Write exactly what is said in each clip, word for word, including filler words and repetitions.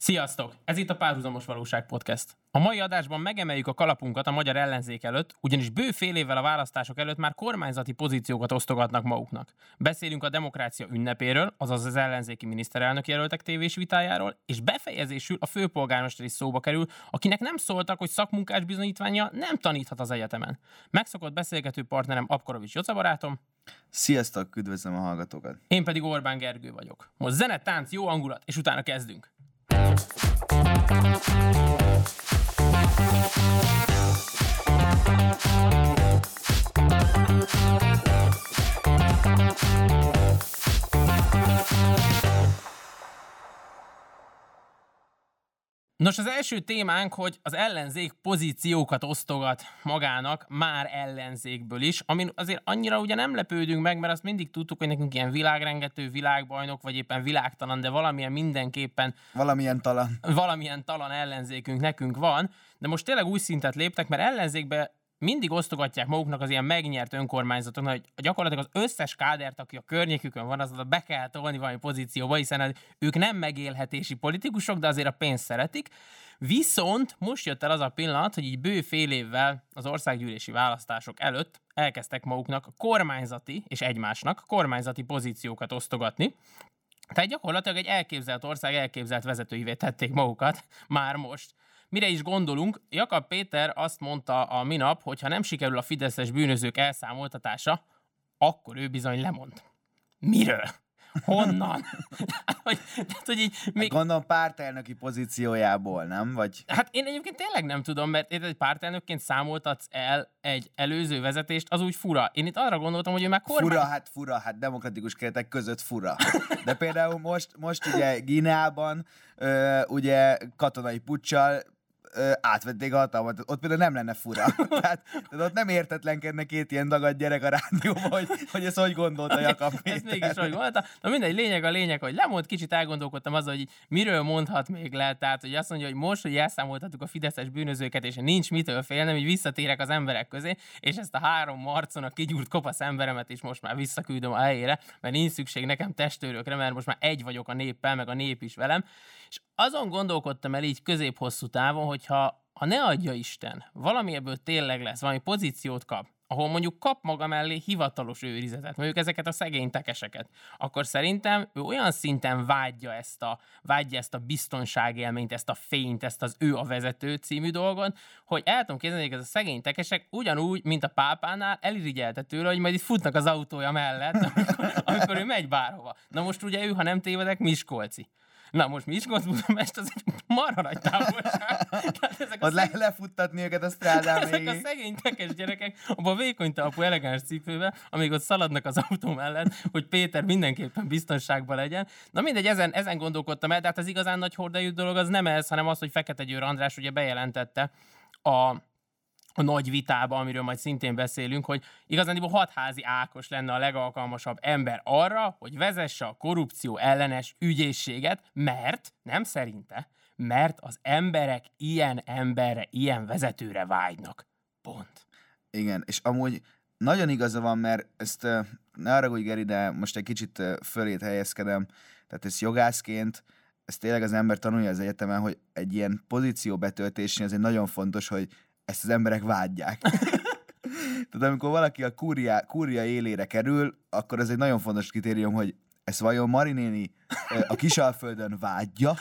Sziasztok! Ez itt a Párhuzamos Valóság Podcast. A mai adásban megemeljük a kalapunkat a magyar ellenzék előtt, ugyanis bő fél évvel a választások előtt már kormányzati pozíciókat osztogatnak maguknak. Beszélünk a demokrácia ünnepéről, azaz az ellenzéki miniszterelnök jelöltek tévés vitájáról, és befejezésül a főpolgármester is szóba kerül, akinek nem szóltak, hogy szakmunkás bizonyítványa nem taníthat az egyetemen. Megszokott beszélgető partnerem Apkarovics Joca barátom. Sziasztok, üdvözlöm a hallgatókat! Én pedig Orbán Gergő vagyok. Most zene, tánc, jó hangulat, és utána kezdünk. Nos, az első témánk, hogy az ellenzék pozíciókat osztogat magának, már ellenzékből is, amin azért annyira ugye nem lepődünk meg, mert azt mindig tudtuk, hogy nekünk ilyen világrengető, világbajnok, vagy éppen világtalan, de valamilyen mindenképpen... Valamilyen talan. Valamilyen talan ellenzékünk nekünk van, de most tényleg új szintet léptek, mert ellenzékbe mindig osztogatják maguknak az ilyen megnyert önkormányzatok, hogy gyakorlatilag az összes kádert, aki a környékükön van, az be kell tolni valami pozícióba, hiszen ők nem megélhetési politikusok, de azért a pénzt szeretik. Viszont most jött el az a pillanat, hogy így bő fél évvel az országgyűlési választások előtt elkezdtek maguknak a kormányzati és egymásnak kormányzati pozíciókat osztogatni. Tehát gyakorlatilag egy elképzelt ország elképzelt vezetőivé tették magukat már most. Mire is gondolunk? Jakab Péter azt mondta a minap, hogy ha nem sikerül a fideszes bűnözők elszámoltatása, akkor ő bizony lemond. Miről? Honnan? hogy, tehát, hogy így még... Gondolom pártelnöki pozíciójából, nem? Vagy... Hát én egyébként tényleg nem tudom, mert egy pártelnökként számoltatsz el egy előző vezetést, az úgy fura. Én itt arra gondoltam, hogy ő már kormány... Fura, hát fura, hát demokratikus keretek között fura. De például most, most ugye Guineában, ö, ugye katonai puccsal Ö, átvették a hatalmat, ott például nem lenne fura. tehát, tehát ott nem értetlenkedne két ilyen dagadt gyerek a rádióban, hogy, hogy ezt hogy gondolta Jakab Péter. Ezt mégis hogy gondolta. Na mindegy, lényeg a lényeg, hogy lemond, kicsit elgondolkodtam azon, hogy miről mondhat még le, tehát hogy azt mondja, hogy most, hogy elszámoltattuk a fideszes bűnözőket, és nincs mitől félnem, hogy visszatérek az emberek közé, és ezt a három marcon a kigyúrt kopasz emberemet is most már visszaküldöm a helyére, mert nincs szükség nekem testőrökre, mert most már egy vagyok a néppel, meg a nép is velem. És azon gondolkodtam el így közép-hosszú távon, hogyha ha ne adja Isten, valami ebből tényleg lesz, valami pozíciót kap, ahol mondjuk kap maga mellé hivatalos őrizetet, mondjuk ezeket a szegény tekeseket, akkor szerintem ő olyan szinten vágyja ezt a, vágyja ezt a biztonságélményt, ezt a fényt, ezt az ő a vezető című dolgot, hogy el tudom képzelni, hogy ez a szegény tekesek ugyanúgy, mint a pápánál elirigyelte tőle, hogy majd itt futnak az autója mellett, amikor, amikor ő megy bárhova. Na most ugye ő, ha nem tévedek, miskolci. Na most Miskolc-Budapest az egy marha nagy távolság. Ott le, lefuttatni őket a strádán Ezek végig. a szegény tekes gyerekek, abban a vékony talpú elegáns cipőben, amíg ott szaladnak az autó mellett, hogy Péter mindenképpen biztonságban legyen. Na mindegy, ezen, ezen gondolkodtam el, de hát az igazán nagy horderejű dolog az nem ez, hanem az, hogy Fekete Győr András ugye bejelentette a a nagy vitába, amiről majd szintén beszélünk, hogy igazán Hatházi Ákos lenne a legalkalmasabb ember arra, hogy vezesse a korrupció ellenes ügyészséget, mert, nem szerinte, mert az emberek ilyen emberre, ilyen vezetőre vágynak. Pont. Igen, és amúgy nagyon igaza van, mert ezt ne haragudj, Geri, de most egy kicsit fölét helyezkedem, tehát ez jogászként, ez tényleg az ember tanulja az egyetemen, hogy egy ilyen pozíció betöltésén azért nagyon fontos, hogy ezt az emberek vágyják. Tehát amikor valaki a kúria, kúria élére kerül, akkor ez egy nagyon fontos kritérium, hogy ezt vajon Mari néni a Kisalföldön vágyja,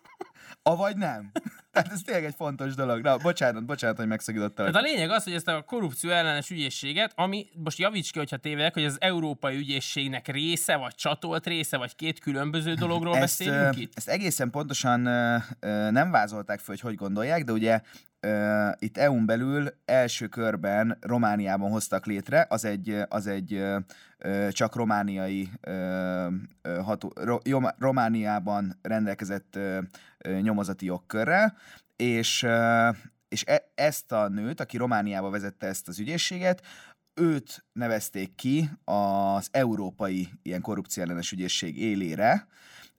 avagy nem. Tehát ez tényleg egy fontos dolog. Na, bocsánat, bocsánat, hogy megszakítottam. Tehát a lényeg az, hogy ezt a korrupció ellenes ügyészséget, ami, most javíts ki, hogyha tévedek, hogy az európai ügyészségnek része, vagy csatolt része, vagy két különböző dologról ezt, beszélünk itt? Ezt egészen pontosan nem vázolták fel, hogy hogy gondolják, de ugye Uh, itt é u-n belül első körben Romániában hoztak létre, az egy, az egy uh, uh, csak romániai uh, uh, ható, ro, Romániában rendelkezett uh, uh, nyomozati jogkörrel, és, uh, és e, ezt a nőt, aki Romániába vezette ezt az ügyészséget, őt nevezték ki az európai ilyen korrupció ellenes ügyészség élére,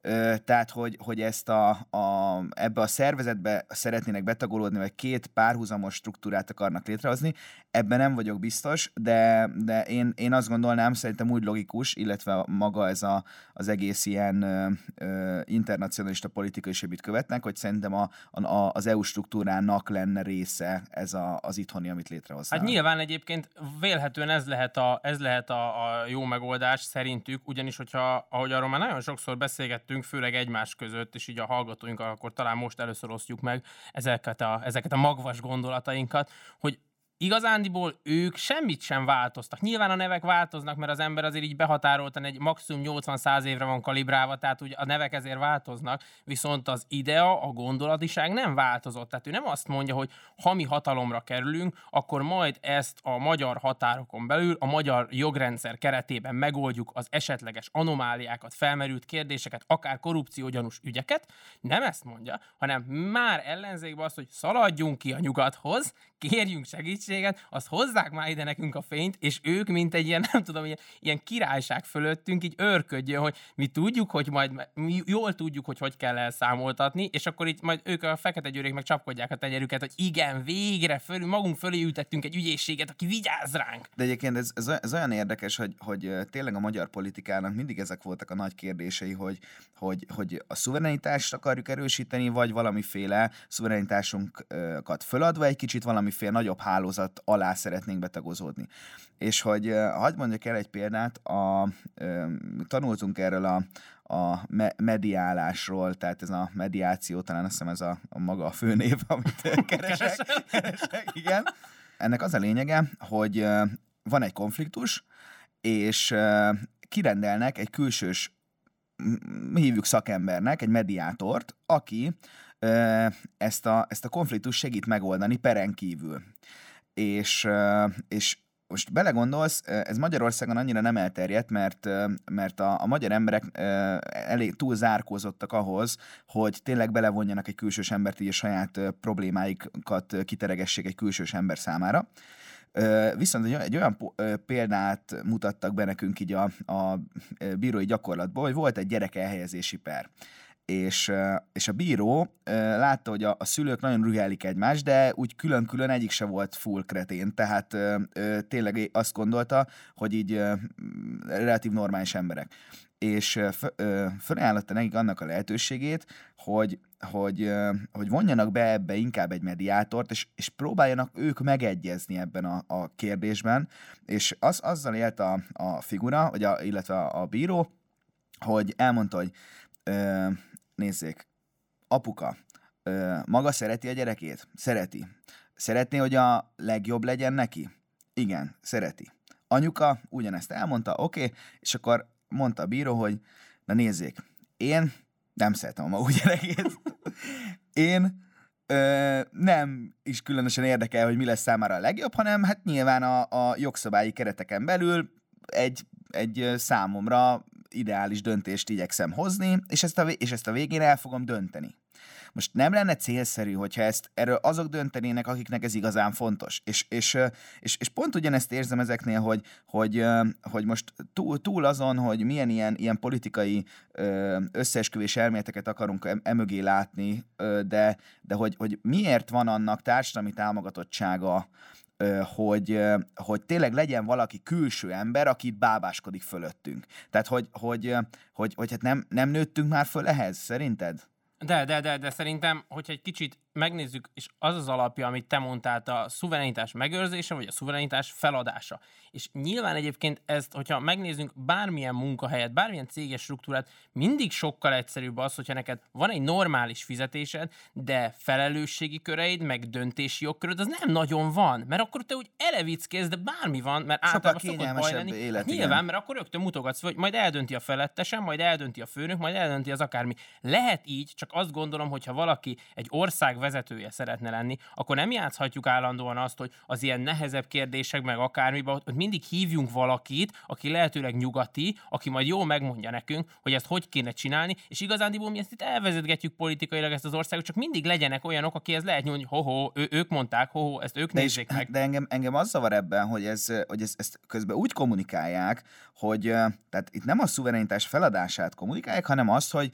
Tehát, hogy, hogy ezt a, a, ebbe a szervezetbe szeretnének betagolódni, vagy két párhuzamos struktúrát akarnak létrehozni, ebben nem vagyok biztos, de, de én, én azt gondolnám, szerintem úgy logikus, illetve maga ez a, az egész ilyen ö, ö, internacionalista politika is ebben követnek, hogy szerintem a, a, az é u struktúrának lenne része ez a, az itthoni, amit létrehoznak. Hát nyilván egyébként vélhetően ez lehet, a, ez lehet a, a jó megoldás szerintük, ugyanis, hogyha, ahogy arról már nagyon sokszor beszélgettünk, főleg egymás között, és így a hallgatóinkkal, akkor talán most először osztjuk meg ezeket a, ezeket a magvas gondolatainkat, hogy igazándiból ők semmit sem változtak. Nyilván a nevek változnak, mert az ember azért így behatároltan egy maximum nyolcvan-száz évre van kalibrálva, tehát ugye a nevek ezért változnak, viszont az idea, a gondolatiság nem változott. Tehát ő nem azt mondja, hogy ha mi hatalomra kerülünk, akkor majd ezt a magyar határokon belül, a magyar jogrendszer keretében megoldjuk az esetleges anomáliákat, felmerült kérdéseket, akár korrupciógyanús ügyeket. Nem ezt mondja, hanem már ellenzékben azt, hogy szaladjunk ki a nyugathoz, kérjünk segítséget, azt hozzák már ide nekünk a fényt, és ők, mint egy ilyen, nem tudom, ilyen, ilyen királyság fölöttünk így őrködjön, hogy mi tudjuk, hogy majd, mi jól tudjuk, hogy hogy kell elszámoltatni, és akkor így majd ők a fekete győrék meg csapkodják a tenyerüket, hogy igen, végre fölül, magunk fölé ültettünk egy ügyészséget, aki vigyáz ránk. De egyébként ez, ez, ez olyan érdekes, hogy, hogy tényleg a magyar politikának mindig ezek voltak a nagy kérdései, hogy, hogy, hogy a szuverenitást akarjuk erősíteni, vagy valamiféle szuverenitásunkat föladva egy kicsit valamiféle nagyobb hálózat alá szeretnénk betagozódni. És hogy hagyd mondjak el egy példát, a, tanultunk erről a, a mediálásról, tehát ez a mediáció, talán azt hiszem ez a, a maga a főnév, amit keresek, keresek, igen. Ennek az a lényege, hogy van egy konfliktus, és kirendelnek egy külsős, mi hívjuk szakembernek, egy mediátort, aki ezt a, ezt a konfliktus segít megoldani peren kívül. És, és most belegondolsz, ez Magyarországon annyira nem elterjedt, mert, mert a, a magyar emberek elég túl zárkózottak ahhoz, hogy tényleg belevonjanak egy külsős embert, így a saját problémáikat kiteregessék egy külsős ember számára. Viszont egy, egy olyan példát mutattak be nekünk így a, a bírói gyakorlatból, hogy volt egy gyerek elhelyezési per. És, és a bíró látta, hogy a, a szülők nagyon rühelik egymást, de úgy külön-külön egyik se volt full kretén, tehát tényleg azt gondolta, hogy így relatív normális emberek. És felajánlotta nekik annak a lehetőségét, hogy, hogy, hogy vonjanak be ebbe inkább egy mediátort, és, és próbáljanak ők megegyezni ebben a, a kérdésben, és az, azzal élt a, a figura, vagy a, illetve a, a bíró, hogy elmondta, hogy ö, nézzék, apuka, ö, maga szereti a gyerekét? Szereti. Szeretné, hogy a legjobb legyen neki? Igen, szereti. Anyuka ugyanezt elmondta, oké, okay, és akkor mondta a bíró, hogy na nézzék, én nem szeretem a maga gyerekét. Én ö, nem is különösen érdekel, hogy mi lesz számára a legjobb, hanem hát nyilván a, a jogszabályi kereteken belül egy, egy számomra ideális döntést igyekszem hozni, és ezt, a, és ezt a végén el fogom dönteni. Most nem lenne célszerű, hogyha ezt erről azok döntenének, akiknek ez igazán fontos. És, és, és, és pont ugyanezt érzem ezeknél, hogy, hogy, hogy most túl, túl azon, hogy milyen ilyen, ilyen politikai összeesküvés elméleteket akarunk emögé látni, de, de hogy, hogy miért van annak társadalmi támogatottsága, hogy, hogy tényleg legyen valaki külső ember, aki itt bábáskodik fölöttünk. Tehát, hogy, hogy, hogy, hogy hát nem, nem nőttünk már föl ehhez, szerinted? De, de, de, de szerintem, hogyha egy kicsit megnézzük, és az az alapja, amit te mondtál, a szuverenitás megőrzése, vagy a szuverenitás feladása. És nyilván egyébként ezt, hogyha megnézzünk bármilyen munkahelyet, bármilyen céges struktúrát, mindig sokkal egyszerűbb az, hogyha neked van egy normális fizetésed, de felelősségi köreid, meg döntési jogköröd, az nem nagyon van. Mert akkor te úgy elevickész, de bármi van, mert általában szokott baj lenni. Élet, hát nyilván, mert akkor rögtön mutogatsz, hogy majd eldönti a felettesem, majd eldönti a főnök, majd eldönti az akármi. Lehet így, csak azt gondolom, hogyha valaki egy ország vezetője szeretne lenni, akkor nem játszhatjuk állandóan azt, hogy az ilyen nehezebb kérdések, meg akármiben, hogy mindig hívjunk valakit, aki lehetőleg nyugati, aki majd jól megmondja nekünk, hogy ezt hogy kéne csinálni, és igazándiból mi ezt itt elvezetgetjük politikailag ezt az országot, csak mindig legyenek olyanok, aki ez lehet mondani, hogy ho-ho, ő, ők mondták, ho-ho, ezt ők de nézzék is, meg. De engem, engem az zavar ebben, hogy, ez, hogy ez, ezt közben úgy kommunikálják, hogy tehát itt nem a szuverenitás feladását kommunikálják, hanem azt, hogy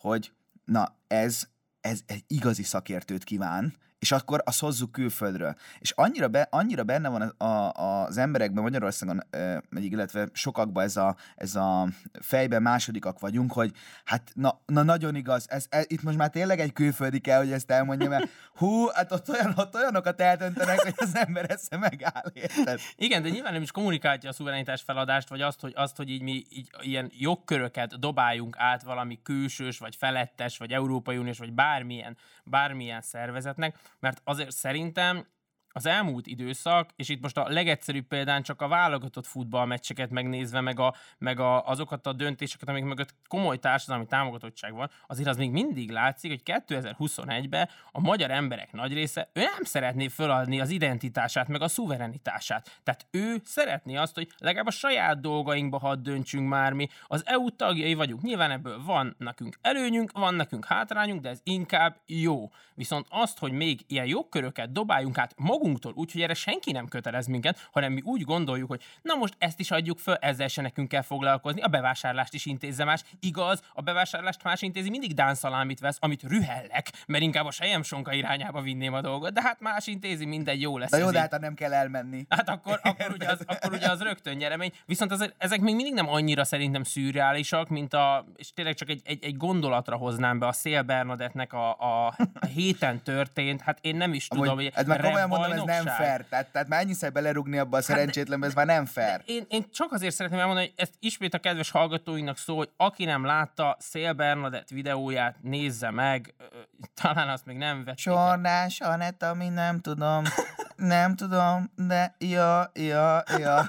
hogy na ez, ez egy igazi szakértőt kíván, és akkor azt hozzuk külföldről. És annyira, be, annyira benne van a, a, az emberekben Magyarországon, illetve sokakban ez a, ez a fejben másodikak vagyunk, hogy hát na, na nagyon igaz, ez, ez, itt most már tényleg egy külföldi kell, hogy ezt elmondja, mert hú, hát ott, olyan, ott olyanokat eltöntenek, hogy az ember esze megáll, érted? Igen, de nyilván nem is kommunikálja a szuverenitás feladást, vagy azt, hogy, azt, hogy így mi így ilyen jogköröket dobáljunk át valami külsős, vagy felettes, vagy Európai Uniós, vagy bármilyen, bármilyen szervezetnek, mert azért szerintem az elmúlt időszak, és itt most a legegyszerűbb példán csak a válogatott futballmeccseket megnézve, meg, a, meg a, azokat a döntéseket, amik mögött komoly társadalmi támogatottság van, azért az még mindig látszik, hogy kétezer-huszonegyben a magyar emberek nagy része, ő nem szeretné föladni az identitását, meg a szuverenitását. Tehát ő szeretné azt, hogy legalább a saját dolgainkba hadd döntsünk már mi. Az é u tagjai vagyunk. Nyilván ebből van nekünk előnyünk, van nekünk hátrányunk, de ez inkább jó. Viszont azt, hogy még ilyen jogköröket dobáljunk át magunktól, úgyhogy erre senki nem kötelez minket, hanem mi úgy gondoljuk, hogy na most ezt is adjuk föl, ezzel se nekünk kell foglalkozni, a bevásárlást is intézze más. Igaz, a bevásárlást más intézi, mindig dánszalámit vesz, amit rühellek, mert inkább a selyemsonka irányába vinném a dolgot, de hát más intézi, mindegy, jó lesz. De jó, de hát nem kell elmenni. Hát akkor, akkor, ugye az, akkor ugye az rögtön nyeremény. Viszont az, ezek még mindig nem annyira szerintem szürreálisak, mint a, és tényleg csak egy, egy, egy gondolatra hoznám be a Szél Bernadettnek a, a, a héten történt, hát én nem is tudom, hogy ez már komolyan mondom, ez nem fair. Tehát, tehát már ennyiszer belerúgni abba a szerencsétlenbe, ez már nem fair. Én, én csak azért szeretném elmondani, hogy ezt ismét a kedves hallgatóinknak szól, hogy aki nem látta Szél Bernadett videóját, nézze meg, talán azt még nem vették. Csornás, Anett, ami nem tudom, nem tudom, de ja, ja, ja.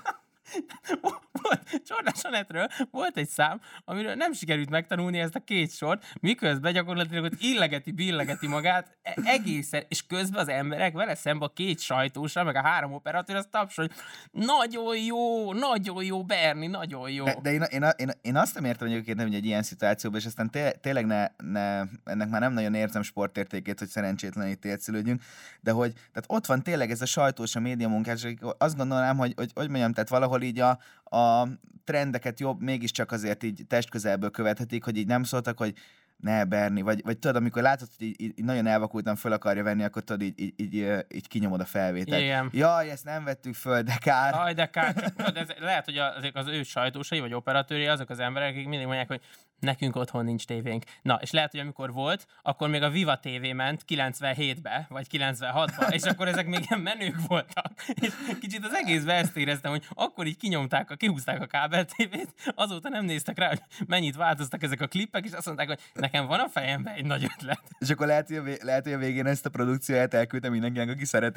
Csornás Anettről volt egy szám, amiről nem sikerült megtanulni ezt a két sort, miközben gyakorlatilag ott illegeti, billegeti magát egészen, és közben az emberek vele szemben a két sajtósra, meg a három operatőr, az tapsol, hogy nagyon jó, nagyon jó, Berni, nagyon jó. De, de én, én, én, én azt nem értem egyébként, hogy egy ilyen szituációban, és aztán té, tényleg ne, ne, ennek már nem nagyon érzem sportértékét, hogy szerencsétlenül tércülődjünk, de hogy tehát ott van tényleg ez a sajtós, a médiamunkás, azt gondolnám, hogy, hogy, hogy mondjam, tehát valahol így a, a trendeket jobb, mégiscsak azért így testközelből követhetik, hogy így nem szóltak, hogy ne, Berni, vagy, vagy tudod, amikor látod, hogy így, így nagyon elvakultan föl akarja venni, akkor tudod, így, így, így, így kinyomod a felvételt. Igen. Jaj, ezt nem vettük föl, de kár. Aj, de kár. Tudod, ez, lehet, hogy az, az ő sajtósai, vagy operatőri, azok az emberek, akik mindig mondják, hogy nekünk otthon nincs tévénk. Na, és lehet, hogy amikor volt, akkor még a Viva té vé ment kilencvenhétbe, vagy kilencvenhatba, és akkor ezek még ilyen menők voltak. És kicsit az egészben ezt éreztem, hogy akkor így kinyomták, kihúzták a kábel tévét, azóta nem néztek rá, hogy mennyit változtak ezek a klippek, és azt mondták, hogy nekem van a fejemben egy nagy ötlet. És akkor lehet, hogy a, vé- lehet, hogy a végén ezt a produkcióját elküldte mindenkinek, aki szereti.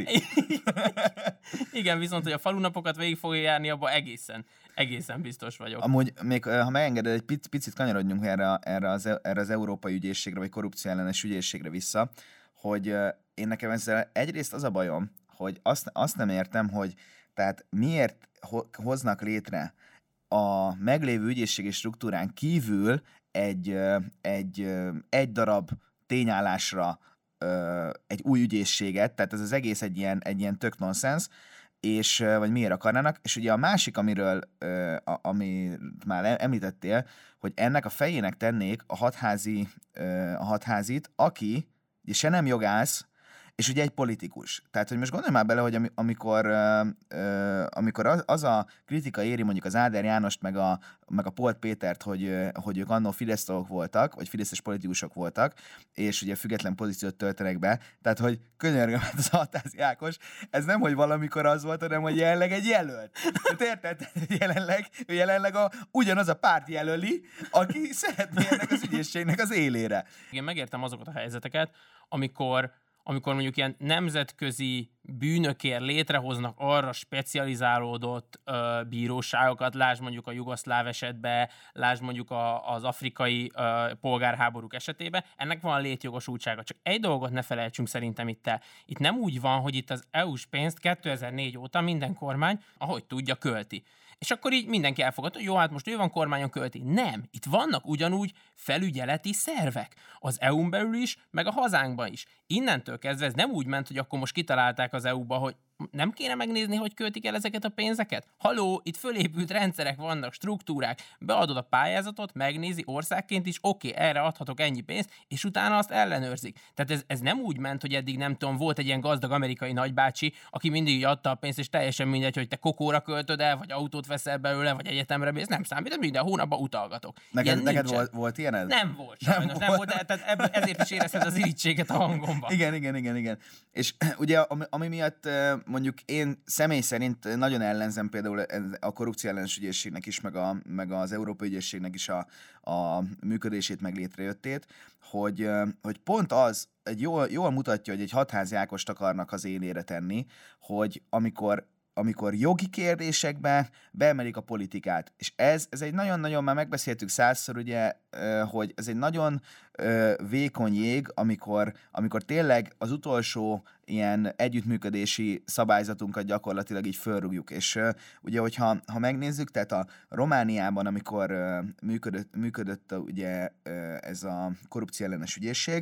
Igen, viszont, hogy a falunapokat végig fogja járni, abban egészen, egészen biztos vagyok. Amúgy, még ha megengeded, egy pic- picit kanyarodjunk erre, erre, az, erre az európai ügyészségre, vagy korrupció ellenes ügyészségre vissza, hogy én nekem ezzel egyrészt az a bajom, hogy azt, azt nem értem, hogy tehát miért ho- hoznak létre a meglévő ügyészségi struktúrán kívül egy, egy, egy darab tényállásra egy új ügyészséget, tehát ez az egész egy ilyen, egy ilyen tök nonsens, és, vagy miért akarnának, és ugye a másik, amiről, amit már említettél, hogy ennek a fejének tennék a hatházi, a hatházit, aki ugye se nem jogász, és ugye egy politikus. Tehát, hogy most gondolj már bele, hogy amikor, amikor az, az a kritika éri mondjuk az Áder Jánost, meg a, meg a Polt Pétert, hogy, hogy ők annó fidesztagok voltak, vagy fideszes politikusok voltak, és ugye független pozíciót töltenek be, tehát, hogy könyörgöm, hát az Hatházi Ákos, ez nem, hogy valamikor az volt, hanem, hogy jelenleg egy jelölt. Tehát érted? Jelenleg, jelenleg a, ugyanaz a párt jelöli, aki szeretné ennek az ügyészségnek az élére. Én megértem azokat a helyzeteket, amikor amikor mondjuk ilyen nemzetközi bűnökért létrehoznak arra specializálódott ö, bíróságokat, lásd mondjuk a jugoszláv esetben, lásd mondjuk a, az afrikai ö, polgárháborúk esetében, ennek van létjogosultsága. Csak egy dolgot ne felejtsünk szerintem itt el. Itt nem úgy van, hogy itt az é u-s pénzt kétezer-négy óta minden kormány, ahogy tudja, költi. És akkor így mindenki elfogadta, hogy jó, hát most ő van kormányon költi. Nem, itt vannak ugyanúgy felügyeleti szervek. Az é u-n belül is, meg a hazánkban is. Innentől kezdve ez nem úgy ment, hogy akkor most kitalálták az é u-ba, hogy nem kéne megnézni, hogy költik el ezeket a pénzeket? Haló, itt fölépült rendszerek vannak, struktúrák, beadod a pályázatot, megnézi országként is, oké, okay, erre adhatok ennyi pénzt, és utána azt ellenőrzik. Tehát ez, ez nem úgy ment, hogy eddig nem tudom, volt egy ilyen gazdag amerikai nagybácsi, aki mindig adta a pénzt, és teljesen mindegy, hogy te kokóra költöd el, vagy autót veszel belőle, vagy egyetemre mész, nem számít, minden hónapban utalgatok. Neked, neked volt, volt ilyened? Nem volt, sajnos, nem, nem volt, volt tehát ezért is érezted az irítséget a hangomban. Igen, igen, igen, igen. És ugye, ami, ami miatt mondjuk én személy szerint nagyon ellenzem például a korrupció ellenes ügyészségnek is, meg, a, meg az Európai Ügyészségnek is a, a működését, meg létrejöttét, hogy, hogy pont az egy jól, jól mutatja, hogy egy hatházi Ágost akarnak az élére tenni, hogy amikor amikor jogi kérdésekben beemelik a politikát. És ez, ez egy nagyon-nagyon, már megbeszéltük százszor, ugye, hogy ez egy nagyon vékony jég, amikor, amikor tényleg az utolsó ilyen együttműködési szabályzatunkat gyakorlatilag így fölrúgjuk. És ugye, hogyha ha megnézzük, tehát a Romániában, amikor működött, működött ugye ez a korrupció ellenes ügyészség,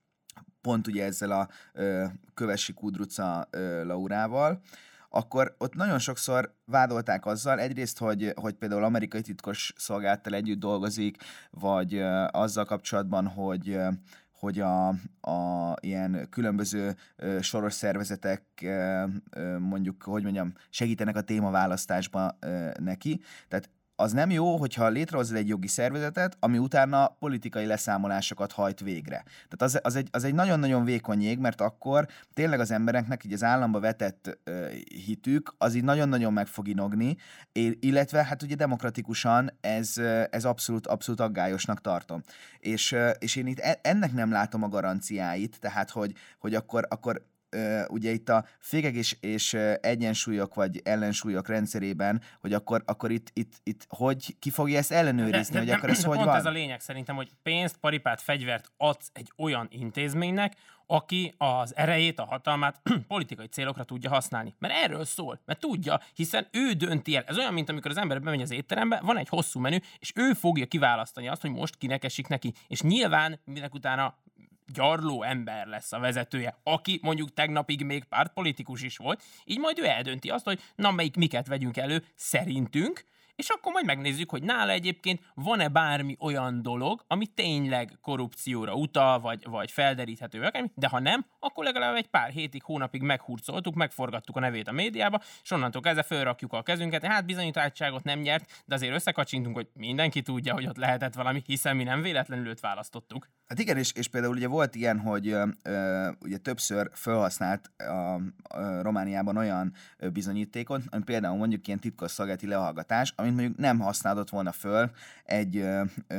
pont ugye ezzel a Kövesi Kudruca Laurával, akkor ott nagyon sokszor vádolták azzal, egyrészt, hogy, hogy például amerikai titkos szolgálattal együtt dolgozik, vagy uh, azzal kapcsolatban, hogy, uh, hogy a, a ilyen különböző uh, soros szervezetek uh, uh, mondjuk, hogy mondjam, segítenek a témaválasztásba uh, neki. Tehát az nem jó, hogyha létrehozod egy jogi szervezetet, ami utána politikai leszámolásokat hajt végre. Tehát az, az, egy, az egy nagyon-nagyon vékony jég, mert akkor tényleg az embereknek így az államba vetett uh, hitük, az így nagyon-nagyon meg fog inogni, illetve hát ugye demokratikusan ez, ez abszolút, abszolút aggályosnak tartom. És, uh, és én itt ennek nem látom a garanciáit, tehát hogy, hogy akkor, akkor Uh, ugye itt a fékek és, és uh, egyensúlyok vagy ellensúlyok rendszerében, hogy akkor, akkor itt, itt, itt hogy ki fogja ezt ellenőrizni, de, de, hogy akkor ez de hogy pont van? Ez a lényeg szerintem, hogy pénzt, paripát, fegyvert adsz egy olyan intézménynek, aki az erejét, a hatalmát politikai célokra tudja használni. Mert erről szól, mert tudja, hiszen ő dönti el. Ez olyan, mint amikor az ember bemegy az étterembe, van egy hosszú menü, és ő fogja kiválasztani azt, hogy most kinek esik neki. És nyilván minek utána gyarló ember lesz a vezetője, aki mondjuk tegnapig még pártpolitikus is volt, így majd ő eldönti azt, hogy na melyik miket vegyünk elő szerintünk, és akkor majd megnézzük, hogy nála egyébként van-e bármi olyan dolog, ami tényleg korrupcióra utal, vagy, vagy felderíthető, akármi, de ha nem, akkor legalább egy pár hétig, hónapig meghurcoltuk, megforgattuk a nevét a médiába, és onnantól kezdve fölrakjuk a kezünket, hát bizonyítottságot nem nyert, de azért összekacsintunk, hogy mindenki tudja, hogy ott lehetett valami, hiszen mi nem véletlenül őt választottuk. Hát igen, és, és például ugye volt ilyen, hogy ö, ugye többször felhasznált a, a Romániában olyan bizonyítékot, ami például mondjuk ilyen titkosszolgálati lehallgatás, amit mondjuk nem használott volna föl egy, ö, ö,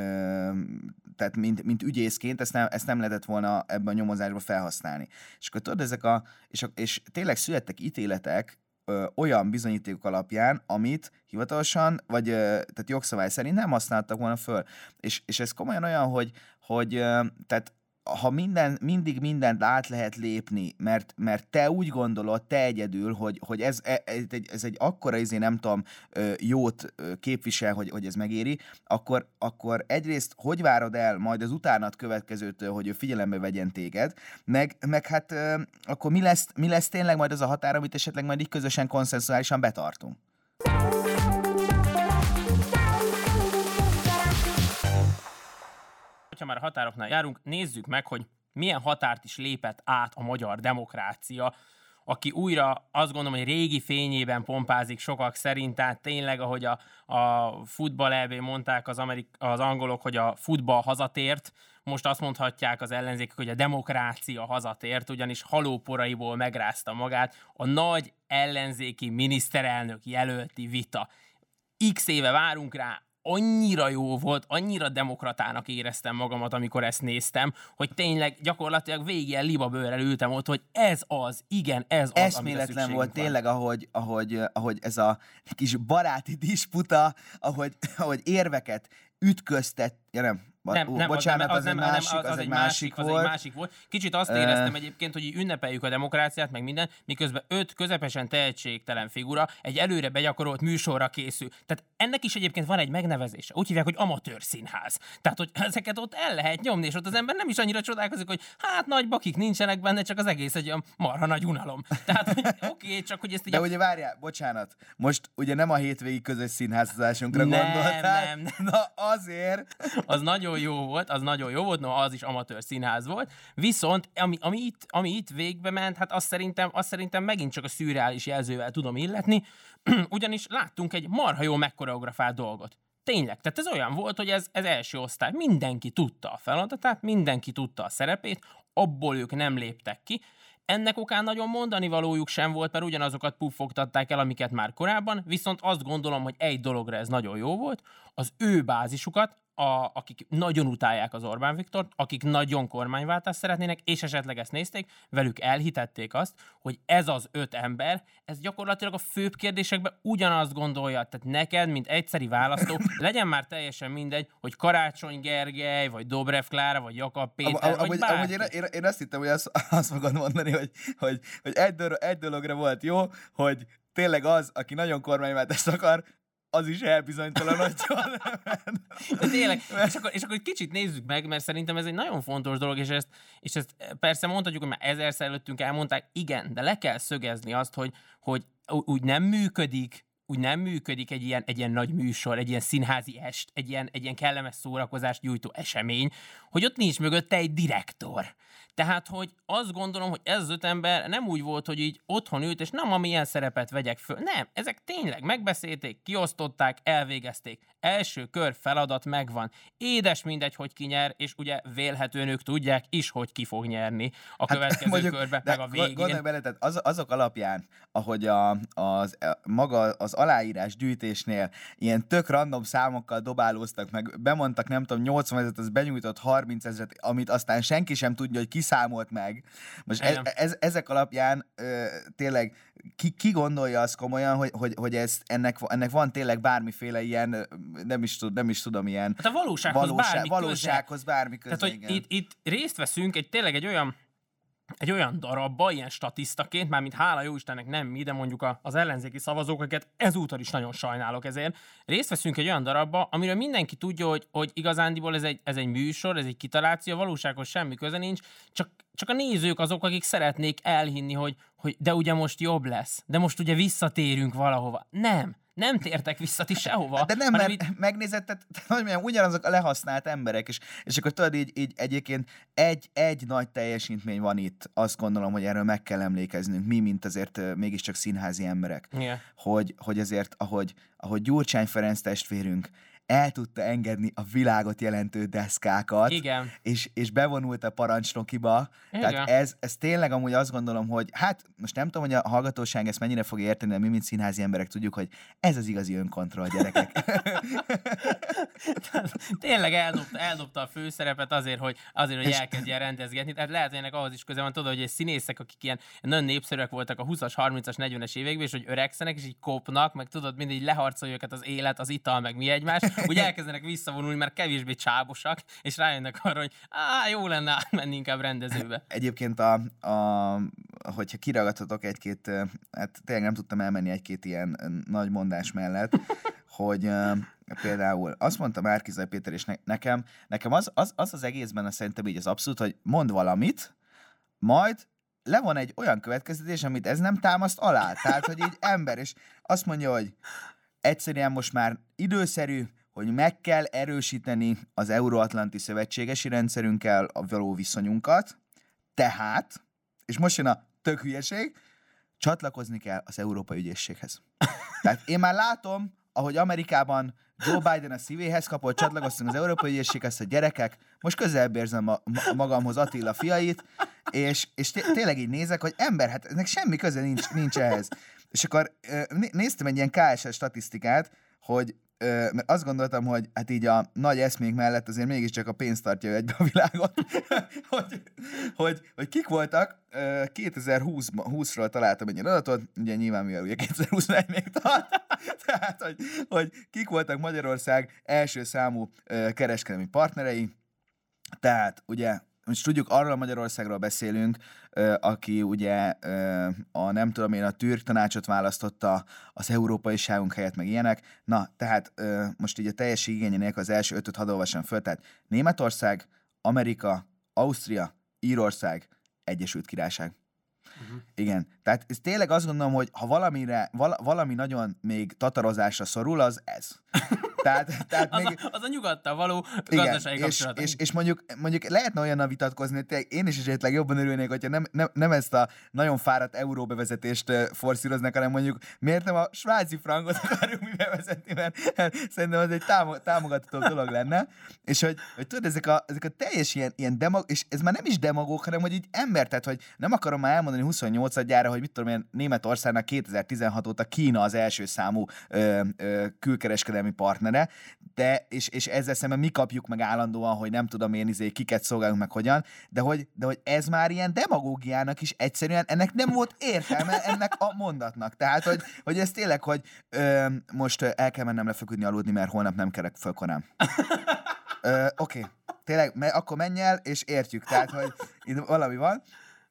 tehát mint, mint ügyészként, ezt nem, ezt nem lehetett volna ebben a nyomozásban felhasználni. És akkor tudod, ezek a, és, és tényleg születtek ítéletek ö, olyan bizonyítékok alapján, amit hivatalosan, vagy ö, tehát jogszabály szerint nem használtak volna föl. És, és ez komolyan olyan, hogy, hogy ö, tehát ha minden, mindig mindent át lehet lépni, mert, mert te úgy gondolod, te egyedül, hogy, hogy ez, ez, egy, ez egy akkora izé, nem tudom, jót képvisel, hogy, hogy ez megéri, akkor, akkor egyrészt hogy várod el majd az utánat következőtől, hogy ő figyelembe vegyen téged, meg, meg hát akkor mi lesz, mi lesz tényleg majd az a határ, amit esetleg majd így közösen konszenzuálisan betartunk? Ha már a határoknál járunk, nézzük meg, hogy milyen határt is lépett át a magyar demokrácia, aki újra azt gondolom, hogy régi fényében pompázik sokak szerint, tehát tényleg, ahogy a, a futball é bén mondták az, amerik- az angolok, hogy a futball hazatért, most azt mondhatják az ellenzékek, hogy a demokrácia hazatért, ugyanis halóporaiból megrázta magát a nagy ellenzéki miniszterelnök jelölti vita. X éve várunk rá, annyira jó volt, annyira demokratának éreztem magamat, amikor ezt néztem, hogy tényleg gyakorlatilag végig ilyen libabőrrel ültem ott, hogy ez az, igen, ez az, eszméletlen volt van. Tényleg, ahogy, ahogy, ahogy ez a kis baráti disputa, ahogy, ahogy érveket ütköztet, ja nem, Nem, nem, bocsánat, az, az, nem, egy az, másik, nem, az, az, az, egy egy másik, másik volt. Az egy másik volt. Kicsit azt éreztem egyébként, hogy így ünnepeljük a demokráciát, meg minden, miközben öt közepesen tehetségtelen figura egy előre begyakorolt műsorra készül. Tehát ennek is egyébként van egy megnevezése. Úgy hívják, hogy amatőr színház. Tehát, hogy ezeket ott el lehet nyomni, és ott az ember nem is annyira csodálkozik, hogy hát nagy bakik nincsenek benne, csak az egész egy olyan marha nagy unalom. Tehát, hogy oké, okay, csak hogy ezt így... De a... ugye várjál, bocsánat, most ugye nem a hétvégi közös színházazásunkra nem, gondoltál. Nem, nem. Na azért. Az nagyon jó volt, az nagyon jó volt, no, az is amatőr színház volt. Viszont, ami, ami, itt, ami itt végbe ment, hát azt szerintem, azt szerintem megint csak a szürreális jelzővel tudom illetni, ugyanis láttunk egy marha jó megkoreografált dolgot. Tényleg, tehát ez olyan volt, hogy ez, ez első osztály. Mindenki tudta a feladatát, mindenki tudta a szerepét, abból ők nem léptek ki. Ennek okán nagyon mondani valójuk sem volt, mert ugyanazokat puffogtatták el, amiket már korábban, viszont azt gondolom, hogy egy dologra ez nagyon jó volt, az ő bázisukat, a, akik nagyon utálják az Orbán Viktort, akik nagyon kormányváltást szeretnének, és esetleg ezt nézték, velük elhitették azt, hogy ez az öt ember, ez gyakorlatilag a főbb kérdésekben ugyanazt gondolja. Tehát neked, mint egyszeri választó, legyen már teljesen mindegy, hogy Karácsony Gergely, vagy Dobrev Klára, vagy Jakab Péter, Am- vagy amúgy, bárki. amúgy én, én, én azt hittem, hogy azt, azt fogod mondani, hogy, hogy, hogy egy, dolog, egy dologra volt jó, hogy tényleg az, aki nagyon kormányváltást akar, az is elbizonytalanodjon. De tényleg, és akkor, és akkor egy kicsit nézzük meg, mert szerintem ez egy nagyon fontos dolog, és ezt, és ezt persze mondhatjuk, hogy már ezerszer előttünk elmondták, igen, de le kell szögezni azt, hogy, hogy úgy nem működik, úgy nem működik egy ilyen, egy ilyen nagy műsor, egy ilyen színházi est, egy ilyen, egy ilyen kellemes szórakozást nyújtó esemény, hogy ott nincs mögötte egy direktor. Tehát, hogy azt gondolom, hogy ez az öt ember nem úgy volt, hogy így otthon ült, és nem, amilyen szerepet vegyek föl. Nem, ezek tényleg megbeszélték, kiosztották, elvégezték. Első kör feladat megvan. Édes mindegy, hogy ki nyer, és ugye vélhetően ők tudják is, hogy ki fog nyerni a következő hát, mondjuk, körbe, meg a végén. Gondolj bele, tehát az, azok alapján, ahogy a, az, maga az aláírás gyűjtésnél ilyen tök random számokkal dobálóztak, meg bemondtak, nem tudom, nyolcvan ezret, az benyújtott harminc ezret, amit aztán senki sem tudja, hogy ki számolt meg. Most ez, ez, ezek alapján ö, tényleg ki, ki gondolja azt komolyan, hogy, hogy, hogy ez, ennek, ennek van tényleg bármiféle ilyen, nem is, tud, nem is tudom, ilyen hát a valósághoz, valóság, bármi, valósághoz bármi köze. Tehát, hogy itt, itt részt veszünk egy tényleg egy olyan egy olyan darabba, ilyen statisztaként, mármint hála jó Istennek nem mi, de mondjuk az ellenzéki szavazók, akiket ezúttal is nagyon sajnálok ezért, részt veszünk egy olyan darabba, amiről mindenki tudja, hogy, hogy igazándiból ez egy, ez egy műsor, ez egy kitaláció, a valósághoz semmi köze nincs, csak, csak a nézők azok, akik szeretnék elhinni, hogy, hogy de ugye most jobb lesz, de most ugye visszatérünk valahova. Nem. Nem tértek vissza ti sehova. De nem, mert itt... megnézed, tehát, hogy mondjam, ugyanazok a lehasznált emberek, és, és akkor tudod, így, így egyébként egy, egy nagy teljesítmény van itt, azt gondolom, hogy erről meg kell emlékeznünk, mi, mint azért mégiscsak színházi emberek, yeah. hogy, hogy azért, ahogy, ahogy Gyurcsány Ferenc testvérünk el tudta engedni a világot jelentő deszkákat, igen. És, és bevonult a parancsnokiba. Igen. Tehát ez, ez tényleg amúgy azt gondolom, hogy hát most nem tudom, hogy a hallgatóság ezt mennyire fog érteni, de mi, mint színházi emberek tudjuk, hogy ez az igazi önkontroll, gyerekek. Tényleg eldobta, eldobta a főszerepet azért, hogy, azért, hogy elkezdjen rendezgetni. Tehát lehet, hogy ennek ahhoz is köze van, tudod, hogy színészek, akik ilyen nagyon népszerűek voltak a húszas, harmincas, negyvenes években, és hogy öregszenek, és így kopnak, meg tudod, mindig leharcolja őket az élet, az ital, meg mi egymás, úgy elkezdenek visszavonulni, mert kevésbé csábosak, és rájönnek arra, hogy á, jó lenne átmenni inkább rendezőbe. Egyébként, a, a, hogyha kiragadhatok egy-két, hát tényleg nem tudtam elmenni egy-két ilyen nagy mondás mellett, hogy uh, például azt mondta Márki-Zay Péter, és ne, nekem, nekem az, az, az az egészben szerintem így az abszolút, hogy mond valamit, majd levon egy olyan következtetés, amit ez nem támaszt alá. Tehát, hogy így ember, és azt mondja, hogy egyszerűen most már időszerű, hogy meg kell erősíteni az euróatlanti szövetségesi rendszerünkkel a való viszonyunkat, tehát, és most jön a tök hülyeség, csatlakozni kell az Európai Ügyészséghez. Tehát én már látom, ahogy Amerikában Joe Biden a szívéhez kapott, csatlakoztunk az Európai Ügyészséghez, hogy gyerekek, most közelebb érzem a, a magamhoz Attila fiait, és, és té- tényleg így nézek, hogy ember, hát ennek semmi köze nincs, nincs ehhez. És akkor néztem egy ilyen ká es es statisztikát, hogy mert azt gondoltam, hogy hát így a nagy eszmék mellett azért mégiscsak a pénz tartja egybe a világot, hogy, hogy, hogy kik voltak. kétezer-húszról találtam egy ilyen adatot, ugye nyilván mivel ugye kétezer-huszonegy még tart, tehát hogy, hogy kik voltak Magyarország első számú kereskedelmi partnerei. Tehát ugye most tudjuk, arról a Magyarországról beszélünk, aki ugye a nem tudom én, a türk tanácsot választotta az európaiságunk helyett, meg ilyenek. Na, tehát most így a teljesség igényének az első ötöt hadd olvassam föl. Tehát Németország, Amerika, Ausztria, Írország, Egyesült Királyság. Uh-huh. Igen. Tehát ez tényleg azt gondolom, hogy ha valamire, val- valami nagyon még tatarozásra szorul, az ez. Tehát, tehát az, még... a, az a nyugattal való gazdasági kapcsolat. És, és, és mondjuk, mondjuk lehetne olyannal vitatkozni, hogy én is esetleg jobban örülnék, hogyha nem, nem, nem ezt a nagyon fáradt euróbevezetést forszíroznak, hanem mondjuk miért nem a svájci frankot akarjuk mi bevezetni, mert szerintem az egy támog, támogatható dolog lenne. És hogy, hogy tudod, ezek a, ezek a teljes ilyen, ilyen demag, és ez már nem is demagóg, hanem hogy így ember, tehát hogy nem akarom már elmondani huszonnyolcadjára, hogy mit tudom én, Németországnak kétezer-tizenhat óta Kína az első számú ö, ö, külkereskedelmi partnere, de, és, és ezzel szemben mi kapjuk meg állandóan, hogy nem tudom én izé, kiket szolgálunk meg hogyan, de hogy, de hogy ez már ilyen demagógiának is egyszerűen, ennek nem volt értelme ennek a mondatnak. Tehát, hogy, hogy ez tényleg, hogy ö, most el kell mennem lefeküdni aludni, mert holnap nem kerek föl korán. Ö, Oké, okay. Tényleg, mert akkor menj el, és értjük, tehát, hogy itt valami van.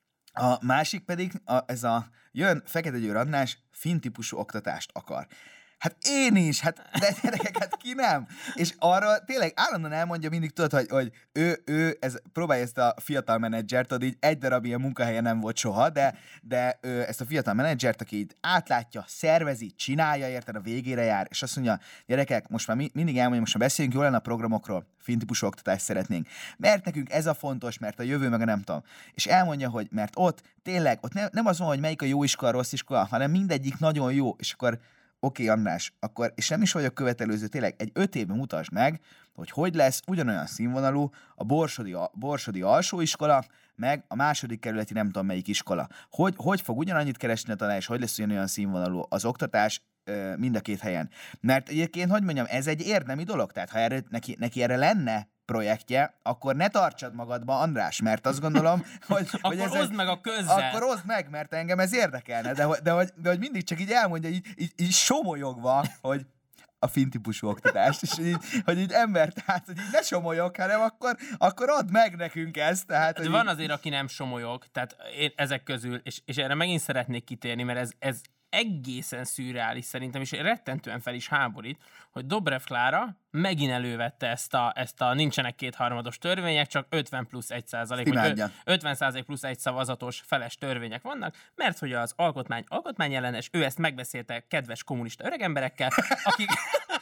A másik pedig, a, ez a jön Fekete Győr András, finn típusú oktatást akar. Hát én is, hát de gyerekeket ki nem? És arra tényleg állandóan elmondja mindig, tudod, hogy, hogy ő, ő ez, próbálja ezt a fiatal menedzsert, tudod, így egy darab ilyen munkahelye nem volt soha, de, de ő, ezt a fiatal menedzsert, aki így átlátja, szervezi, csinálja, érted, a végére jár, és azt mondja, gyerekek, most már mi, mindig elmondja, most már beszéljünk jól lenne a programokról, finn típusú oktatást szeretnénk. Mert nekünk ez a fontos, mert a jövő meg a nem tudom. És elmondja, hogy mert ott tényleg, ott ne, nem az van, hogy melyik a jó iskola, a rossz iskola, hanem mindegyik nagyon jó, és akkor oké, okay, András, akkor, és nem is vagyok követelőző, tényleg egy öt évben mutasd meg, hogy hogy lesz ugyanolyan színvonalú a Borsodi, a Borsodi alsóiskola, meg a második kerületi nem tudom melyik iskola. Hogy, hogy fog ugyanannyit keresni a tanár, és hogy lesz ugyanolyan színvonalú az oktatás mind a két helyen. Mert egyébként, hogy mondjam, ez egy érdemi dolog, tehát ha erre, neki, neki erre lenne projektje, akkor ne tartsad magadba, András, mert azt gondolom, hogy... akkor hogy ez oszd egy, meg a közzel. Akkor oszd meg, mert engem ez érdekelne, de, de, de, hogy, de hogy mindig csak így elmondja, így, így, így somolyogva, hogy a finn típusú oktatást, és így, hogy így ember, tehát, hogy így ne somolyog, hanem akkor, akkor add meg nekünk ezt. Tehát, de hogy van így... azért, aki nem somolyog, tehát én ezek közül, és, és erre megint szeretnék kitérni, mert ez, ez egészen szürreális szerintem, és rettentően fel is háborít, hogy Dobrev Klára megint elővette ezt a, ezt a nincsenek kétharmados törvények, csak ötven plusz egy százalék, vagy ötven százalék plusz egy szavazatos feles törvények vannak, mert hogy az alkotmány alkotmányellenes, ő ezt megbeszélte kedves kommunista öregemberekkel, akik,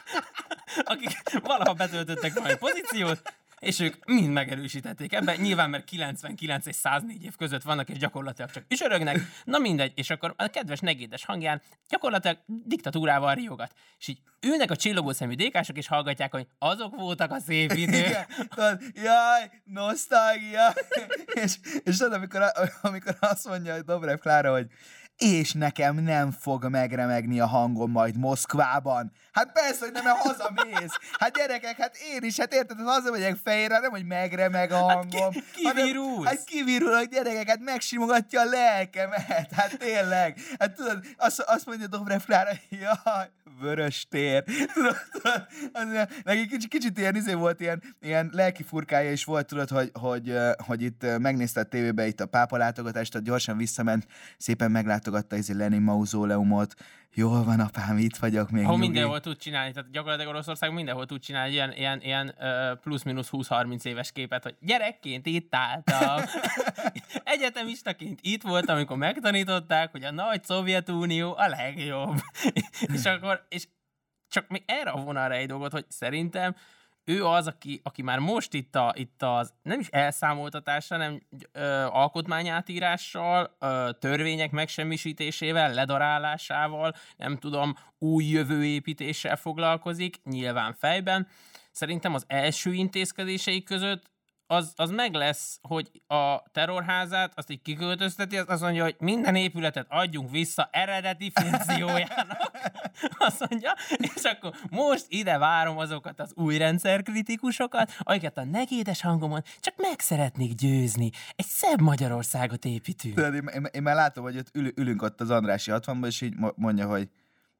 akik valaha betöltöttek valami pozíciót, és ők mind megerősítették ebben. Nyilván, mert kilencvenkilenc és száznégy év között vannak, és gyakorlatilag csak üsörögnek. Na mindegy, és akkor a kedves negédes hangján gyakorlatilag diktatúrával riogat. És így ülnek a csillogó szemű dékások, és hallgatják, hogy azok voltak a szép idők. Jaj, nosztalgia! és, és tudod, amikor, amikor azt mondja hogy Dobrev Klára, hogy és nekem nem fog megremegni a hangom majd Moszkvában. Hát persze, hogy nem, mert hazamész. Hát gyerekek, hát én is, hát érted, hogy hazamegyek fejére, nem, hogy megremeg a hangom. Hát ki, kivirulsz? Hát kivirulok, gyerekek, hát megsimogatja a lelkemet. Hát tényleg. Hát tudod, azt, azt mondja Dobrev Klára, jaj, vörös tér. Tudod, tudod az, neki kicsit, kicsit ilyen izé volt, ilyen, ilyen lelki furkája is volt, tudod, hogy, hogy, hogy itt megnézte a tévébe itt a pápa látogatást, tehát gyorsan visszament, szépen meglátogatta izé Lenin mauzóleumot. Jól van, apám, itt vagyok még. Ahol mindenhol tud csinálni, tehát gyakorlatilag Oroszország mindenhol tud csinálni ilyen, ilyen, ilyen uh, plusz-minusz húsz-harminc éves képet, hogy gyerekként itt álltam. Egyetemistaként itt voltam, amikor megtanították, hogy a nagy Szovjetunió a legjobb. és akkor, és csak még erre a vonalra egy dolgot, hogy szerintem ő az, aki, aki már most itt, a, itt az, nem is elszámoltatásra, hanem ö, alkotmányátírással, ö, törvények megsemmisítésével, ledarálásával, nem tudom, új jövőépítéssel foglalkozik, nyilván fejben. Szerintem az első intézkedései között az, az meg lesz, hogy a terrorházát, azt így kiköltözteti, azt mondja, hogy minden épületet adjunk vissza eredeti funkciójának. azt mondja, és akkor most ide várom azokat az új rendszerkritikusokat, akiket a negédes hangomon csak meg szeretnék győzni. Egy szebb Magyarországot építünk. Tudod, én, én, én már látom, hogy ott ül, ülünk ott az Andrássy hatvanban, és így mondja, hogy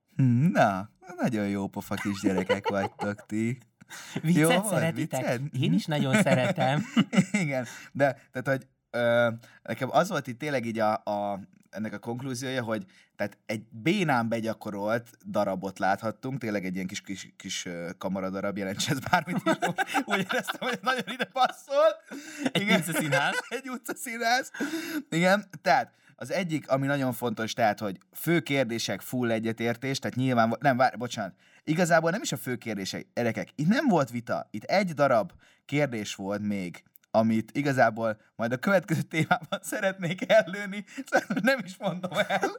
na, nagyon jó pofa kisgyerekek vagytok ti. Viccet Jó, szeretitek? viccet? Én is nagyon szeretem. Igen, de tehát, hogy ö, nekem az volt itt tényleg így a, a, ennek a konklúziója, hogy tehát egy bénán begyakorolt darabot láthattunk, tényleg egy ilyen kis, kis, kis kamaradarab, jelentse ez bármit is, úgy éreztem, hogy nagyon ide passzol. Egy utcaszínház. Egy utcaszínház. Igen, tehát az egyik, ami nagyon fontos, tehát, hogy fő kérdések, full egyetértés, tehát nyilván, nem, várj, bocsánat, igazából nem is a fő kérdések, erekek, itt nem volt vita, itt egy darab kérdés volt még, amit igazából majd a következő témában szeretnék ellőni, szóval nem is mondom el.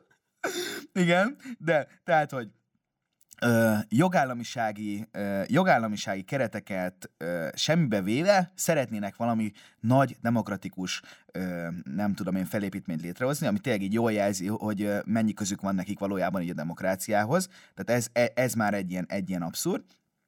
Igen, de tehát, hogy ö, jogállamisági, ö, jogállamisági kereteket ö, semmibe véve szeretnének valami nagy, demokratikus, ö, nem tudom én, felépítményt létrehozni, ami tényleg így jól jelzi, hogy ö, mennyi közük van nekik valójában így a demokráciához. Tehát ez, ez már egy ilyen, egy ilyen abszurd.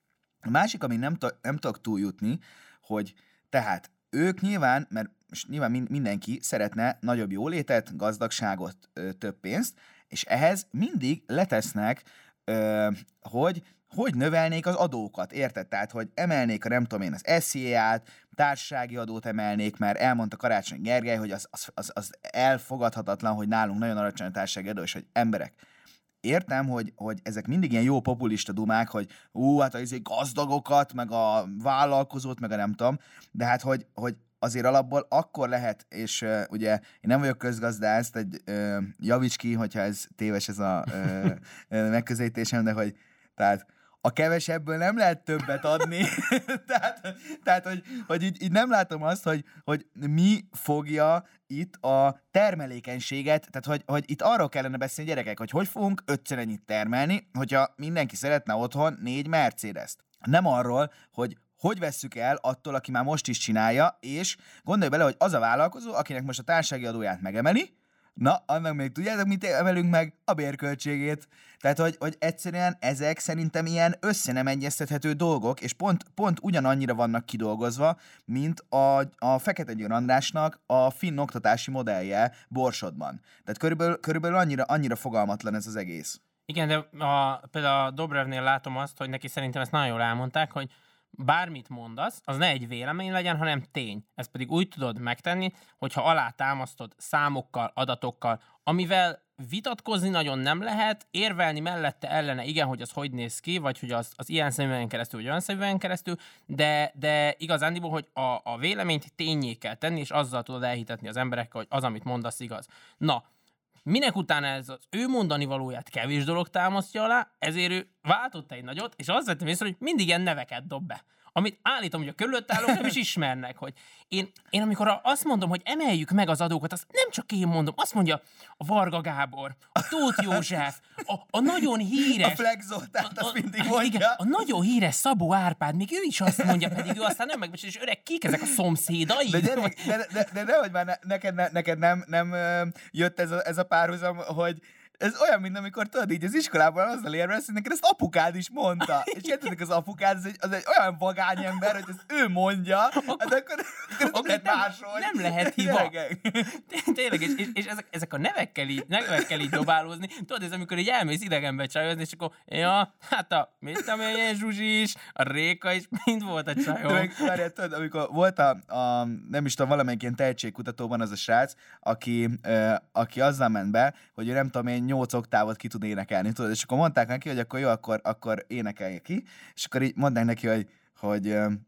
A másik, ami nem, t- nem tudok túljutni, hogy tehát ők nyilván, mert most nyilván mindenki szeretne nagyobb jólétet, gazdagságot, ö, több pénzt, és ehhez mindig letesznek, ö, hogy hogy növelnék az adókat, érted? Tehát, hogy emelnék a nem tudom én az es zé á-t, társasági adót emelnék, mert elmondta Karácsony Gergely, hogy az, az, az, az elfogadhatatlan, hogy nálunk nagyon alacsony a társasági adó, és hogy emberek, értem, hogy, hogy ezek mindig ilyen jó populista dumák, hogy ú, hát az gazdagokat, meg a vállalkozót, meg a nem tudom, de hát, hogy, hogy azért alapból akkor lehet, és uh, ugye én nem vagyok közgazdász, egy uh, javíts ki, hogyha ez téves ez a uh, megközelítésem, de hogy tehát a kevesebből nem lehet többet adni. tehát, tehát, hogy, hogy így, így nem látom azt, hogy, hogy mi fogja itt a termelékenységet, tehát hogy, hogy itt arról kellene beszélni, gyerekek, hogy hogy fogunk ötször ennyit termelni, hogyha mindenki szeretne otthon négy Mercedes-t. Nem arról, hogy hogy vesszük el attól, aki már most is csinálja, és gondolj bele, hogy az a vállalkozó, akinek most a társasági adóját megemeli, na, annak még tudjátok, mit emelünk meg? A bérköltségét. Tehát, hogy, hogy egyszerűen ezek szerintem ilyen össze nem egyeztethető dolgok, és pont, pont ugyanannyira vannak kidolgozva, mint a, a Fekete Győr Andrásnak a finn oktatási modellje Borsodban. Tehát körülbelül, körülbelül annyira, annyira fogalmatlan ez az egész. Igen, de a, például a Dobrevnél látom azt, hogy neki szerintem ezt nagyon jól elmondták, hogy bármit mondasz, az ne egy vélemény legyen, hanem tény. Ezt pedig úgy tudod megtenni, hogyha alátámasztod számokkal, adatokkal, amivel vitatkozni nagyon nem lehet, érvelni mellette ellene, igen, hogy az hogy néz ki, vagy hogy az, az ilyen szemüvegen keresztül, vagy olyan szemüvegen keresztül, de, de igazándiból, hogy a, a véleményt tényé kell tenni, és azzal tudod elhitetni az emberekkel, hogy az, amit mondasz, igaz. Na, minek utána ez az ő mondani valóját kevés dolog támasztja alá, ezért ő váltott egy nagyot, és azt vettem észre, hogy mindig ilyen neveket dob be. Amit állítom, hogy a körülött állók nem is ismernek, hogy én, én amikor azt mondom, hogy emeljük meg az adókat, azt nem csak én mondom, azt mondja a Varga Gábor, a Tóth József, a, a nagyon híres... A Flex Zoltánt, azt mindig mondja. Igen, a nagyon híres Szabó Árpád, még ő is azt mondja, pedig ő aztán nem megbecsül, és öreg, kik ezek a szomszédai? De, gyerek, de, de, de nehogy már ne, neked, ne, neked nem, nem jött ez a, ez a párhuzam, hogy ez olyan, mint amikor tudod, így az iskolában azzal érvelsz, hogy neked ezt apukád is mondta. És értetek, az apukád, az egy, az egy olyan vagány ember, hogy ezt ő mondja, akkor, hát akkor, akkor nem, máshogy. Nem lehet hiba. Tényleg, és, és, és ezek, ezek a nevekkel így, nevekkel így dobálózni. Tudod, ez amikor így elmész idegenbe csajozni, és akkor, ja, hát a, mit tudom én, Zsuzsi is, a Réka is, mind volt a csajom. Meg, várjál, tudod, amikor volt a, a, nem is tudom, valamelyik ilyen tehetségkutatóban az a srác, aki, uh, aki azzal ment be, hogy ő nem tudom én, nyolc oktávot ki tud énekelni, tudod, és akkor mondták neki, hogy akkor jó, akkor, akkor énekelje ki, és akkor így mondták neki, hogy, hogy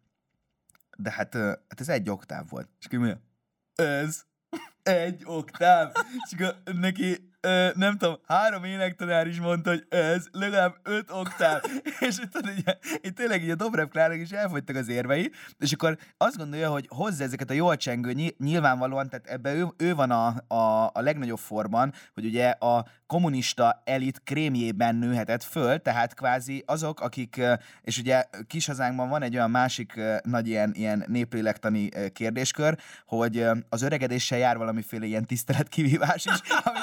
de hát, hát ez egy oktáv volt. És akkor mondja, ez egy oktáv. És akkor neki, nem tudom, három énektanár is mondta, hogy ez legalább öt oktáv. És tudod, így, így tényleg így a Dobrev Klárának is elfogytak az érvei, és akkor azt gondolja, hogy hozza ezeket a jól csengő, nyilvánvalóan, tehát ebben ő, ő van a, a, a legnagyobb formban, hogy ugye a kommunista elit krémjében nőhetett föl, tehát kvázi azok, akik, és ugye kis hazánkban van egy olyan másik nagy ilyen, ilyen néplélektani kérdéskör, hogy az öregedéssel jár valamiféle ilyen tiszteletkivívás is, amit tényleg nem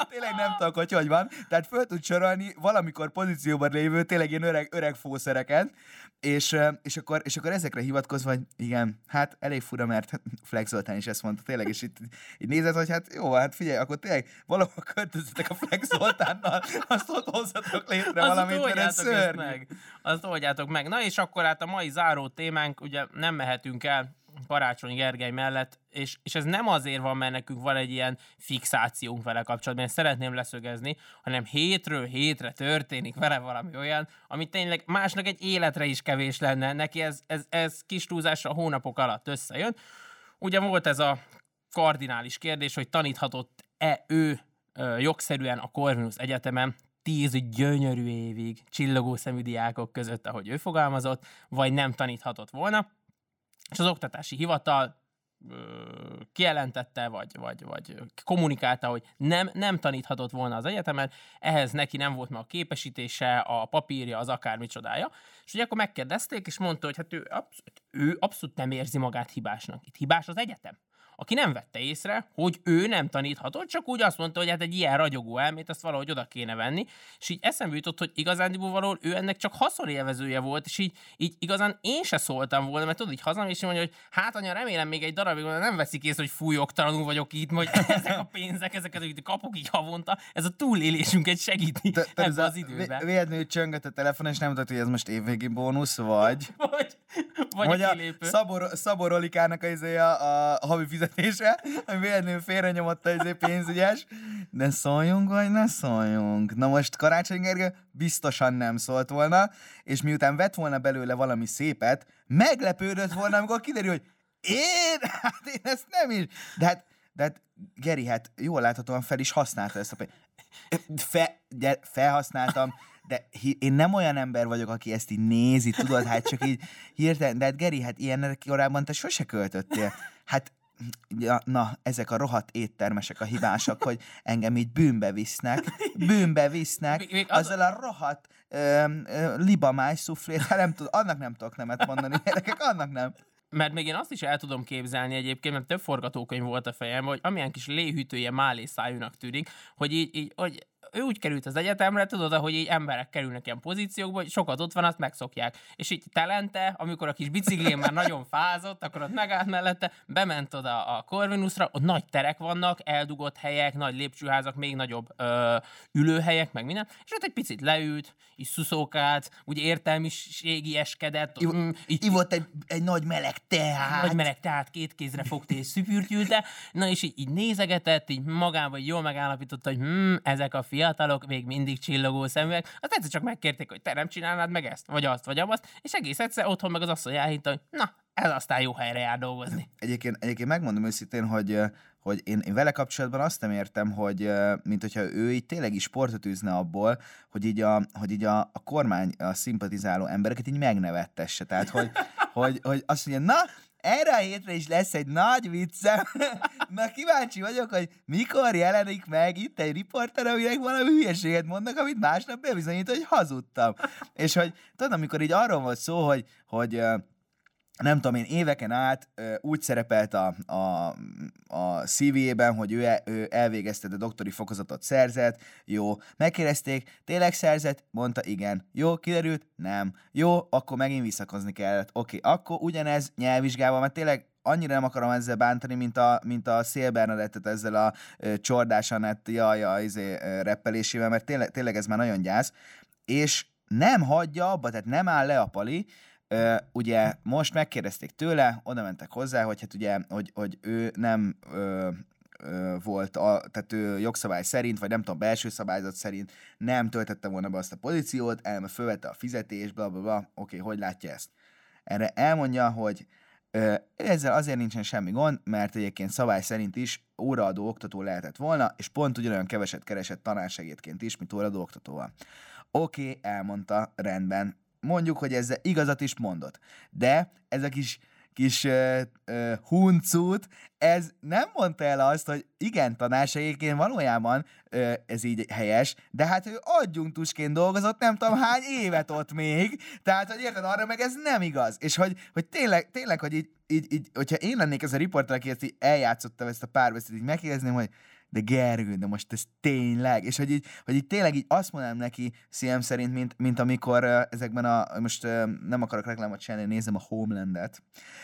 nem tudok, hogy hogy van. Tehát föl tud sorolni valamikor pozícióban lévő, tényleg ilyen öreg, öreg fószereket, és, és, akkor, és akkor ezekre hivatkozva, hogy igen, hát elég fura, mert Flex Zoltán is ezt mondta tényleg, és itt így nézed, hogy hát jó, hát figyelj, akkor tényleg valahol költözzetek a Flex Zoltánnal, azt ott hozzatok létre azt valamit, mert ez szörnyű. meg. Azt oldjátok meg. Na és akkor hát a mai záró témánk, ugye nem mehetünk el Karácsony Gergely mellett, és, és ez nem azért van, mert nekünk van egy ilyen fixációnk vele kapcsolatban, ezt szeretném leszögezni, hanem hétről hétre történik vele valami olyan, ami tényleg másnak egy életre is kevés lenne. Neki ez, ez, ez kis túlzásra hónapok alatt összejön. Ugye volt ez a kardinális kérdés, hogy taníthatott-e ő ö, jogszerűen a Corvinus Egyetemen tíz gyönyörű évig csillogó szemű diákok között, ahogy ő fogalmazott, vagy nem taníthatott volna. És az oktatási hivatal ö, kijelentette, vagy, vagy, vagy kommunikálta, hogy nem, nem taníthatott volna az egyetemen, ehhez neki nem volt meg a képesítése, a papírja, az akármicsodája. És ugye akkor megkérdezték, és mondta, hogy hát ő abszolút, ő abszolút nem érzi magát hibásnak. Itt hibás az egyetem, aki nem vette észre, hogy ő nem taníthatott, csak úgy azt mondta, hogy hát egy ilyen ragyogó elmét, azt valahogy oda kéne venni, és így eszembe jutott, hogy igazándiból valahol ő ennek csak haszonélvezője volt, és így, így igazán én se szóltam volna, mert tudod, így hazam, és mondja, hogy hát anya, remélem még egy darabig nem veszik észre, hogy fújogtalanul vagyok itt, hogy ezek a pénzek, ezeket így kapok így havonta, ez a túlélésünket segíti ebbe az időben. Véletlenül csöngött a telefon, és nem tudod, hogy ez most évvégi bónusz, vagy... vagy, vagy, vagy a, a Szabor, Szabor Olikának a, a, a havi fizetése, ami véletlenül félrenyomotta a pénzügyes. De szóljunk, vagy ne szóljunk. Na most Karácsony Gergely biztosan nem szólt volna, és miután vett volna belőle valami szépet, meglepődött volna, amikor kiderül, hogy én? Hát én ezt nem is. De hát, de hát Geri, hát jól láthatóan fel is használta ezt a pénzt. Fe, de felhasználtam, de én nem olyan ember vagyok, aki ezt így nézi, tudod, hát csak így hirtelen, de hát Geri, hát ilyenre korábban te sose költöttél. Hát, ja, na, ezek a rohadt éttermesek a hibásak, hogy engem így bűnbe visznek, bűnbe visznek, még az... azzal a rohadt ö, ö, libamáj szuflét, hát nem tudom, annak nem tudok nemet mondani, gyerekek, annak nem. Mert még én azt is el tudom képzelni egyébként, mert több forgatókönyv volt a fejemben, hogy amilyen kis léhűtője málészájúnak tűnik, hogy így, így hogy ő úgy került az egyetemre, tudod, hogy így emberek kerülnek ilyen pozíciókba, hogy sokat ott van, azt megszokják. És így telente, amikor a kis biciklén már nagyon fázott, akkor ott megállt mellette, bement oda a Corvinusra, ott nagy terek vannak, eldugott helyek, nagy lépcsőházak, még nagyobb ö, ülőhelyek, meg minden, és ott egy picit leült, így szuszókált, úgy értelmiségieskedett. I- mm, így, ivott egy, egy nagy meleg teát. Nagy meleg teát, két kézre fogta és szüpürtyülte, na és így, így nézegetett, így magában így jól megállapította, hogy hm, ezek a fiatalok még mindig csillogó szeműek, azt egyszer csak megkérték, hogy te nem csinálnád meg ezt, vagy azt, vagy azt, és egész egyszer otthon meg az asszony elhitte, hogy na, ez aztán jó helyre jár dolgozni. Egyébként, egyébként megmondom őszintén, hogy, hogy én, én vele kapcsolatban azt nem értem, hogy mint hogyha ő így tényleg is sportot űzne abból, hogy így a, hogy így a, a kormány a szimpatizáló embereket így megnevettesse. Tehát, hogy, hogy, hogy azt mondja, na, erre a hétre is lesz egy nagy viccem. Na, kíváncsi vagyok, hogy mikor jelenik meg itt egy riporter, aminek valami hülyeséget mondnak, amit másnap bebizonyít, hogy hazudtam. És hogy tudod, amikor így arról volt szó, hogy, hogy nem tudom én, éveken át ö, úgy szerepelt a, a, a cé vé-ben, hogy ő, el, ő elvégezte, a doktori fokozatot szerzett, jó, megkérdezték, tényleg szerzett? Mondta igen. Jó, kiderült? Nem. Jó, akkor megint visszakozni kellett. Oké, okay, akkor ugyanez nyelvvizsgával, mert tényleg annyira nem akarom ezzel bántani, mint a, mint a Szél Bernadettet ezzel a ö, csordás Anett jaja izé, ö, reppelésével, mert tényleg, tényleg ez már nagyon gyász, és nem hagyja abba, tehát nem áll le a pali. Uh, ugye most megkérdezték tőle, oda mentek hozzá, hogy hát ugye, hogy, hogy ő nem uh, uh, volt, a, tehát ő jogszabály szerint, vagy nem tudom, belső szabályzat szerint nem töltette volna be azt a pozíciót, elme fölvette a fizetést, bla bla bla, oké, okay, hogy látja ezt? Erre elmondja, hogy uh, ezzel azért nincsen semmi gond, mert egyébként szabály szerint is óraadó oktató lehetett volna, és pont ugyanolyan keveset keresett tanársegédként is, mint óraadó oktatóval. Oké, okay, elmondta, rendben. Mondjuk, hogy ezzel igazat is mondott. De ez a kis, kis uh, uh, huncut, ez nem mondta el azt, hogy igen, tanársegédként valójában uh, ez így helyes, de hát ő adjunktusként dolgozott nem tudom hány évet ott még, tehát, hogy érted, arra meg ez nem igaz. És hogy, hogy tényleg, tényleg, hogy így, így, így, hogyha én lennék ez a riporter, aki ezt így eljátszottam ezt a párbeszédet, így megkérdezném, hogy de Gergő, de most ez tényleg, és hogy így, hogy így tényleg így azt mondanám neki szívem szerint, mint, mint amikor uh, ezekben a, most uh, nem akarok reklámot csinálni, nézem a Homelandet,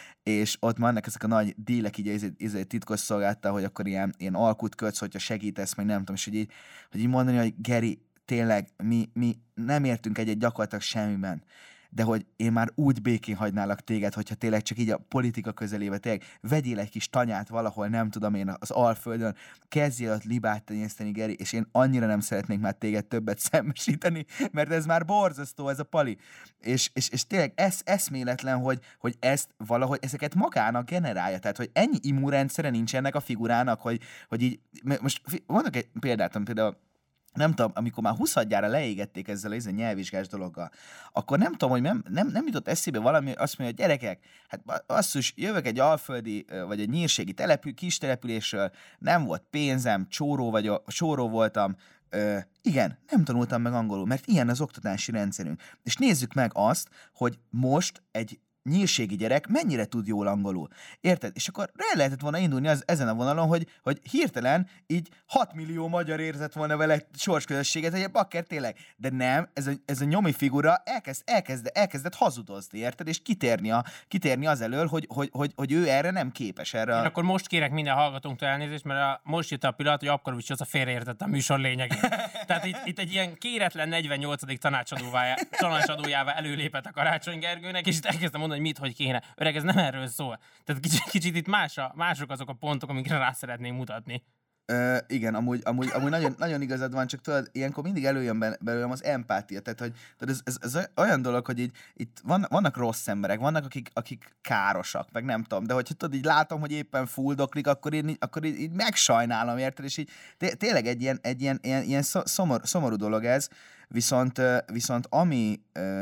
és ott vannak ezek a nagy dílek, így ez, ez egy titkos szolgálta, hogy akkor ilyen, ilyen alkut kötsz, hogyha segítesz, meg nem tudom, és hogy így, hogy így mondani, hogy Geri, tényleg, mi, mi nem értünk egyet gyakorlatilag semmiben, de hogy én már úgy békén hagynálak téged, hogyha tényleg csak így a politika közelébe tényleg vegyél egy kis tanyát valahol, nem tudom én, az Alföldön, kezdjél ott libát tenyészteni, Geri, és én annyira nem szeretnék már téged többet szembesíteni, mert ez már borzasztó, ez a pali. És, és, és tényleg ez eszméletlen, hogy, hogy ezt valahogy, ezeket magának generálja, tehát hogy ennyi immunrendszere nincs ennek a figurának, hogy, hogy így, most mondok egy példát, például nem tudom, amikor már huszadjára leégették ezzel a nyelvvizsgás dologgal, akkor nem tudom, hogy nem, nem, nem jutott eszébe valami, azt mondja, hogy gyerekek, hát basszus, jövök egy alföldi, vagy egy nyírségi települ, kis településről, nem volt pénzem, csóró, vagy, csóró voltam, Ö, igen, nem tanultam meg angolul, mert ilyen az oktatási rendszerünk. És nézzük meg azt, hogy most egy nyírségi gyerek mennyire tud jól angolul. Érted? És akkor rá lehetett volna indulni az, ezen a vonalon, hogy, hogy hirtelen így hat millió magyar érzett volna vele sorsközösséget, hogy a bakker tényleg. De nem, ez a, ez a nyomi figura elkezd, elkezd, elkezdett hazudozni, érted? És kitérni, a, kitérni az elől, hogy, hogy, hogy, hogy ő erre nem képes. Erre Én a... akkor most kérek minden hallgatónktól elnézést, mert a, most jött a pillanat, hogy akkor is az a félreértett a műsor lényegét. Tehát itt, itt egy ilyen kéretlen negyvennyolcadik tanácsadójává előlépett a Karácsony Gergőnek, és itt elkezdtem mondani, hogy mit, hogy kéne. Öreg, ez nem erről szól. Tehát kicsit, kicsit itt másra, mások azok a pontok, amikre rá szeretném mutatni. Ö, igen, amúgy, amúgy, amúgy nagyon, nagyon igazad van, csak tudod, ilyenkor mindig előjön belőlem az empátia. Tehát, hogy tudod, ez, ez, ez olyan dolog, hogy így, itt van, vannak rossz emberek, vannak, akik, akik károsak, meg nem tudom, de hogyha tudod, így látom, hogy éppen fuldoklik, akkor én akkor így, így megsajnálom, érted? És így té- tényleg egy ilyen, egy ilyen, ilyen, ilyen szomor, szomorú dolog ez, viszont, viszont ami,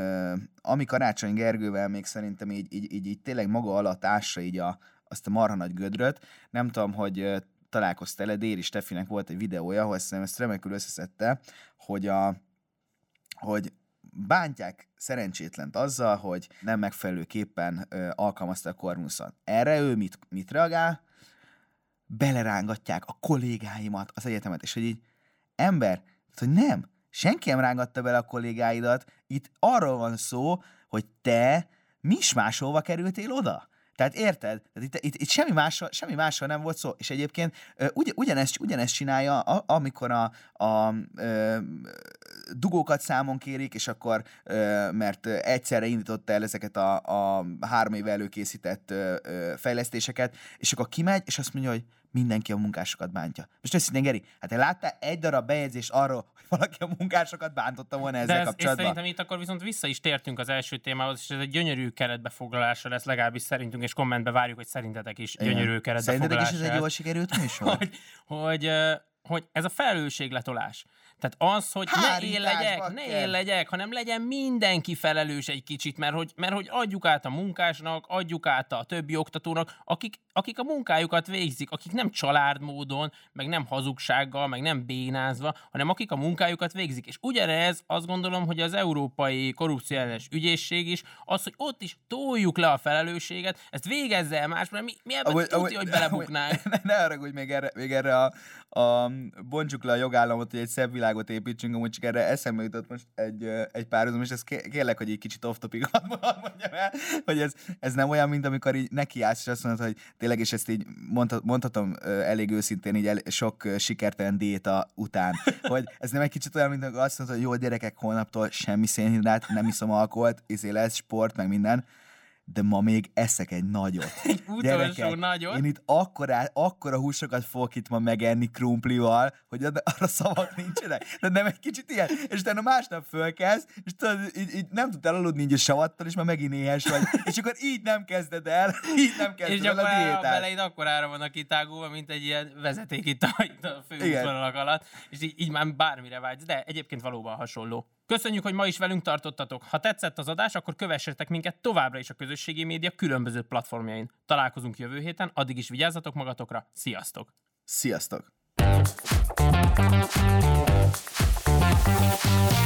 ami Karácsony Gergővel még szerintem így, így, így, így tényleg maga alatt ássa így a, azt a marha nagy gödröt, nem tudom, hogy találkoztál-e, Déri Stefinek volt egy videója, ahol ezt, ezt remekül összeszedte, hogy, a, hogy bántják szerencsétlent azzal, hogy nem megfelelőképpen ö, alkalmazta a kormuszat. Erre ő mit, mit reagál? Belerángatják a kollégáimat, az egyetemet, és hogy így ember, hogy nem, senki nem rángatta bele a kollégáidat, itt arról van szó, hogy te mismásolva kerültél oda. Tehát érted? Tehát itt, itt, itt semmi, mással, semmi mással nem volt szó. És egyébként ugy, ugyanezt, ugyanezt csinálja, a, amikor a, a, a dugókat számon kérik, és akkor, mert egyszerre indította el ezeket a, a három éve előkészített fejlesztéseket, és akkor kimegy, és azt mondja, hogy mindenki a munkásokat bántja. Most őszintén, Geri, hát te láttál egy darab bejegyzést arról, hogy valaki a munkásokat bántotta volna ezzel ez, kapcsolatban? És szerintem itt akkor viszont vissza is tértünk az első témához, és ez egy gyönyörű keretbefoglalásra lesz, legalábbis szerintünk, és kommentbe várjuk, hogy szerintetek is Igen. gyönyörű keretbefoglalásra. Szerintetek is ez egy jól sikerült műsor? hogy, hogy, hogy ez a felelősségletolás. Tehát az, hogy Hárítás, ne én legyek, bakker. ne én legyek, hanem legyen mindenki felelős egy kicsit, mert hogy, mert hogy adjuk át a munkásnak, adjuk át a többi oktatónak, akik, akik a munkájukat végzik, akik nem családmódon, meg nem hazugsággal, meg nem bénázva, hanem akik a munkájukat végzik. És ugyanez azt gondolom, hogy az Európai Korrupcióellenes Ügyészség is, az, hogy ott is toljuk le a felelősséget, ezt végezze el más, mert mi, mi ebben ahogy, tudja, hogy belebuknánk. Ne, ne arra, hogy még erre, még erre a, a bontsuk le a jogállamot, hogy egy szebb világot építsünk, amúgy csak erre eszembe jutott most egy, egy párhuzam, és ezt kérlek, hogy egy kicsit off-topic-at mondjam el, hogy ez, ez nem olyan, mint amikor így nekiállsz, és azt mondod, hogy tényleg, és ezt így mondhatom elég őszintén, így el, sok sikertelen diéta után, hogy ez nem egy kicsit olyan, mint amikor azt mondod, hogy jó gyerekek, holnaptól semmi szénhidrát, nem iszom alkoholt, izé lesz, sport, meg minden, de ma még eszek egy nagyot. Egy utolsó Gyerekek, nagyot? Én itt akkora, akkora húsokat fogok itt ma megenni krumplival, hogy arra szavak nincsenek. De nem egy kicsit ilyen. És utána másnap fölkelsz, és tudod, így, így nem tudtál aludni így a savattal, és már megint éhes vagy. És akkor így nem kezded el, így nem kezded el a diétát. És a beleid akkorára vannak kitágulva, mint egy ilyen vezeték itt a, itt a főútvonalak alatt, és így, így már bármire vágysz. De egyébként valóban hasonló. Köszönjük, hogy ma is velünk tartottatok. Ha tetszett az adás, akkor kövessetek minket továbbra is a közösségi média különböző platformjain. Találkozunk jövő héten, addig is vigyázzatok magatokra. Sziasztok! Sziasztok!